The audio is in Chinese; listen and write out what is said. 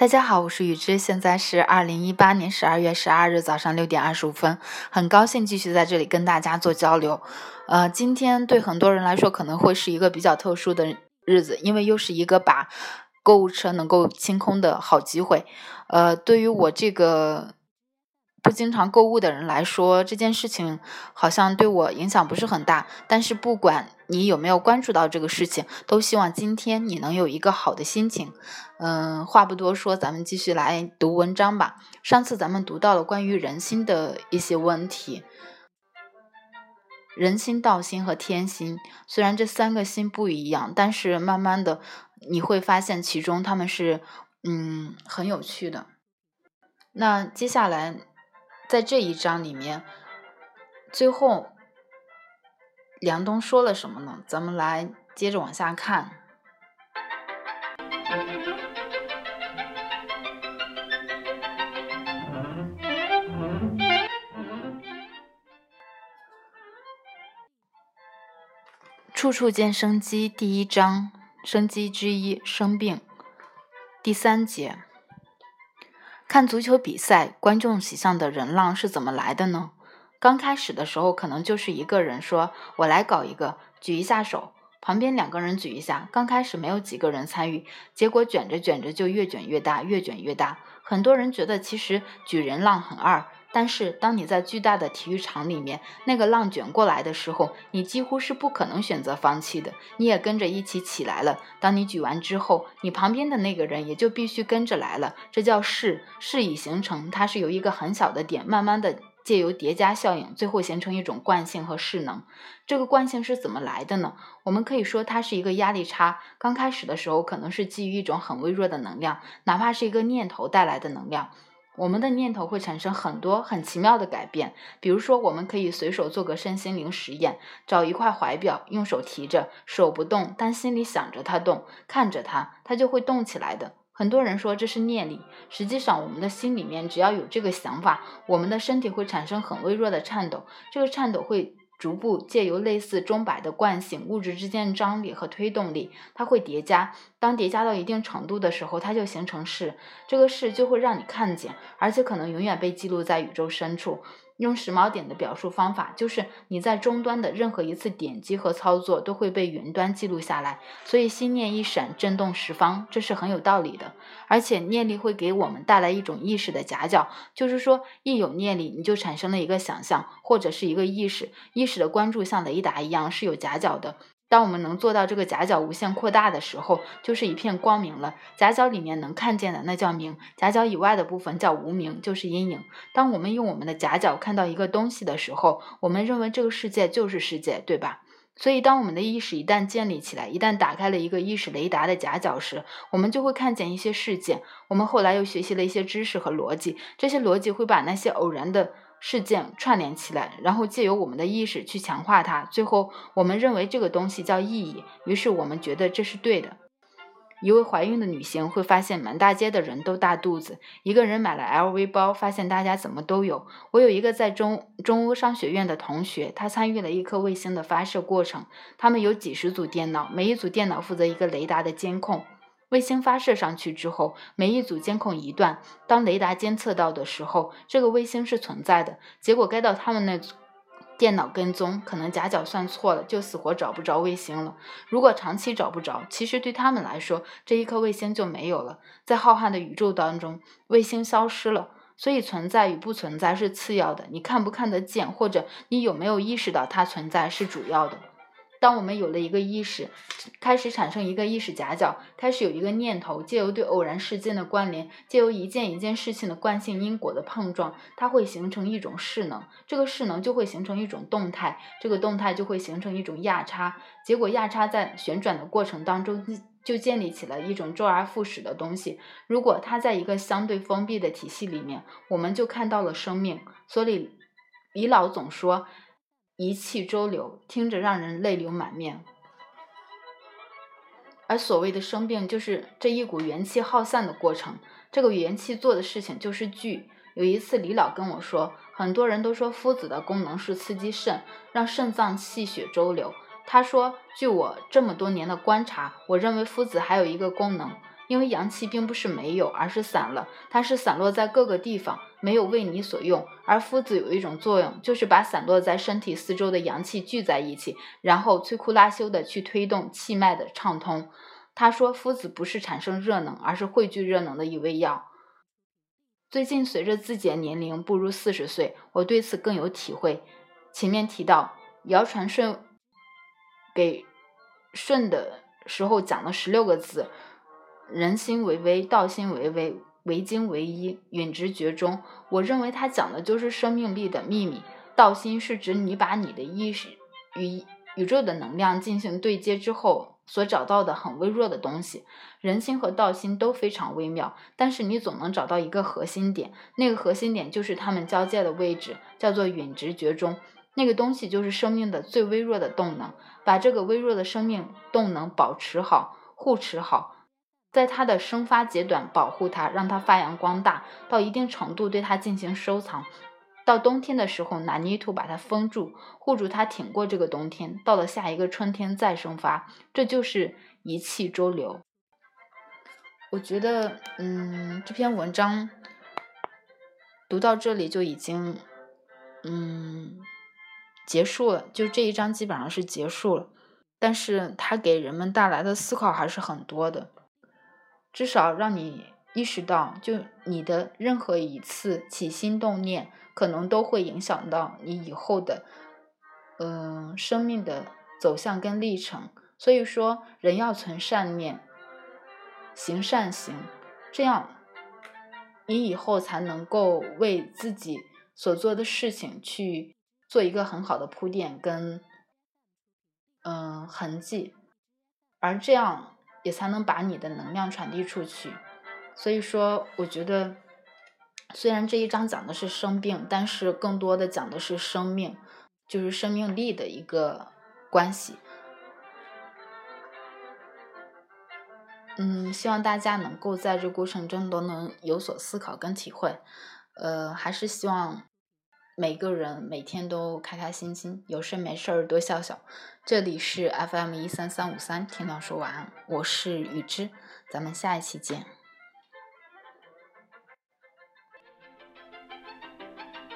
大家好，我是雨之，现在是2018年12月12日早上6点25分，很高兴继续在这里跟大家做交流。今天对很多人来说可能会是一个比较特殊的日子，因为又是一个把购物车能够清空的好机会。对于我这个不经常购物的人来说，这件事情好像对我影响不是很大，但是不管你有没有关注到这个事情，都希望今天你能有一个好的心情。话不多说，咱们继续来读文章吧。上次咱们读到了关于人心的一些问题，人心、道心和天心，虽然这三个心不一样，但是慢慢的你会发现其中他们是很有趣的。那接下来在这一章里面，最后梁冬说了什么呢？咱们来接着往下看。处处见生机，第1章，生机之一，生病。第3节，看足球比赛，观众席上的人浪是怎么来的呢？刚开始的时候，可能就是一个人说，我来搞一个，举一下手，旁边2个人举一下，刚开始没有几个人参与，结果卷着卷着就越卷越大，越卷越大。很多人觉得其实举人浪很二，但是当你在巨大的体育场里面，那个浪卷过来的时候，你几乎是不可能选择放弃的，你也跟着一起起来了。当你举完之后，你旁边的那个人也就必须跟着来了，这叫势已形成，它是由一个很小的点慢慢的借由叠加效应，最后形成一种惯性和势能。这个惯性是怎么来的呢？我们可以说它是一个压力差，刚开始的时候可能是基于一种很微弱的能量，哪怕是一个念头带来的能量。我们的念头会产生很多很奇妙的改变，比如说我们可以随手做个身心灵实验，找一块怀表，用手提着，手不动，但心里想着它动，看着它就会动起来的。很多人说这是念力，实际上我们的心里面只要有这个想法，我们的身体会产生很微弱的颤抖，这个颤抖会逐步借由类似钟摆的惯性，物质之间的张力和推动力，它会叠加，当叠加到一定程度的时候，它就形成势，这个势就会让你看见，而且可能永远被记录在宇宙深处。用时髦点的表述方法，就是你在终端的任何一次点击和操作都会被云端记录下来，所以心念一闪，震动十方，这是很有道理的。而且念力会给我们带来一种意识的夹角，就是说一有念力，你就产生了一个想象或者是一个意识，意识的关注像雷达一样是有夹角的。当我们能做到这个夹角无限扩大的时候，就是一片光明了。夹角里面能看见的那叫明，夹角以外的部分叫无明，就是阴影。当我们用我们的夹角看到一个东西的时候，我们认为这个世界就是世界，对吧？所以当我们的意识一旦建立起来，一旦打开了一个意识雷达的夹角时，我们就会看见一些事件。我们后来又学习了一些知识和逻辑，这些逻辑会把那些偶然的事件串联起来，然后借由我们的意识去强化它，最后我们认为这个东西叫意义，于是我们觉得这是对的。一位怀孕的女性会发现满大街的人都大肚子，一个人买了 LV 包，发现大家怎么都有。我有一个在中欧商学院的同学，他参与了一颗卫星的发射过程，他们有几十组电脑，每一组电脑负责一个雷达的监控。卫星发射上去之后，每一组监控一段，当雷达监测到的时候，这个卫星是存在的，结果该到他们那组电脑跟踪，可能夹角算错了，就死活找不着卫星了。如果长期找不着，其实对他们来说，这一颗卫星就没有了。在浩瀚的宇宙当中，卫星消失了，所以存在与不存在是次要的，你看不看得见，或者你有没有意识到它存在是主要的。当我们有了一个意识，开始产生一个意识夹角，开始有一个念头，借由对偶然事件的关联，借由一件一件事情的惯性因果的碰撞，它会形成一种势能，这个势能就会形成一种动态，这个动态就会形成一种压差，结果压差在旋转的过程当中就建立起了一种周而复始的东西。如果它在一个相对封闭的体系里面，我们就看到了生命。所以李老总说一气周流，听着让人泪流满面。而所谓的生病，就是这一股元气耗散的过程，这个元气做的事情就是聚。有一次李老跟我说，很多人都说夫子的功能是刺激肾，让肾脏气血周流。他说，据我这么多年的观察，我认为夫子还有一个功能， 因为阳气并不是没有，而是散了，它是散落在各个地方，没有为你所用。而夫子有一种作用，就是把散落在身体四周的阳气聚在一起，然后摧枯拉朽的去推动气脉的畅通。他说夫子不是产生热能，而是汇聚热能的一味药。最近随着自己的年龄步入40岁，我对此更有体会。前面提到尧传舜给舜的时候讲了16个字：人心为微，道心为微，为精为一，允直厥中。我认为他讲的就是生命力的秘密。道心是指你把你的意识与宇宙的能量进行对接之后所找到的很微弱的东西。人心和道心都非常微妙，但是你总能找到一个核心点，那个核心点就是它们交界的位置，叫做允直厥中。那个东西就是生命的最微弱的动能，把这个微弱的生命动能保持好，护持好，在它的生发阶段保护它，让它发扬光大，到一定程度对它进行收藏，到冬天的时候拿泥土把它封住，护住它挺过这个冬天，到了下一个春天再生发，这就是一气周流。我觉得这篇文章读到这里就已经结束了，就这一章基本上是结束了，但是它给人们带来的思考还是很多的，至少让你意识到，就你的任何一次起心动念，可能都会影响到你以后的生命的走向跟历程。所以说人要存善念，行善行，这样你以后才能够为自己所做的事情去做一个很好的铺垫跟痕迹，而这样也才能把你的能量传递出去。所以说我觉得虽然这一章讲的是生病，但是更多的讲的是生命，就是生命力的一个关系。希望大家能够在这过程中都能有所思考跟体会。还是希望每个人每天都开开心心，有事没事多笑笑。这里是 FM13353，天亮说晚安，我是雨之，咱们下一期见。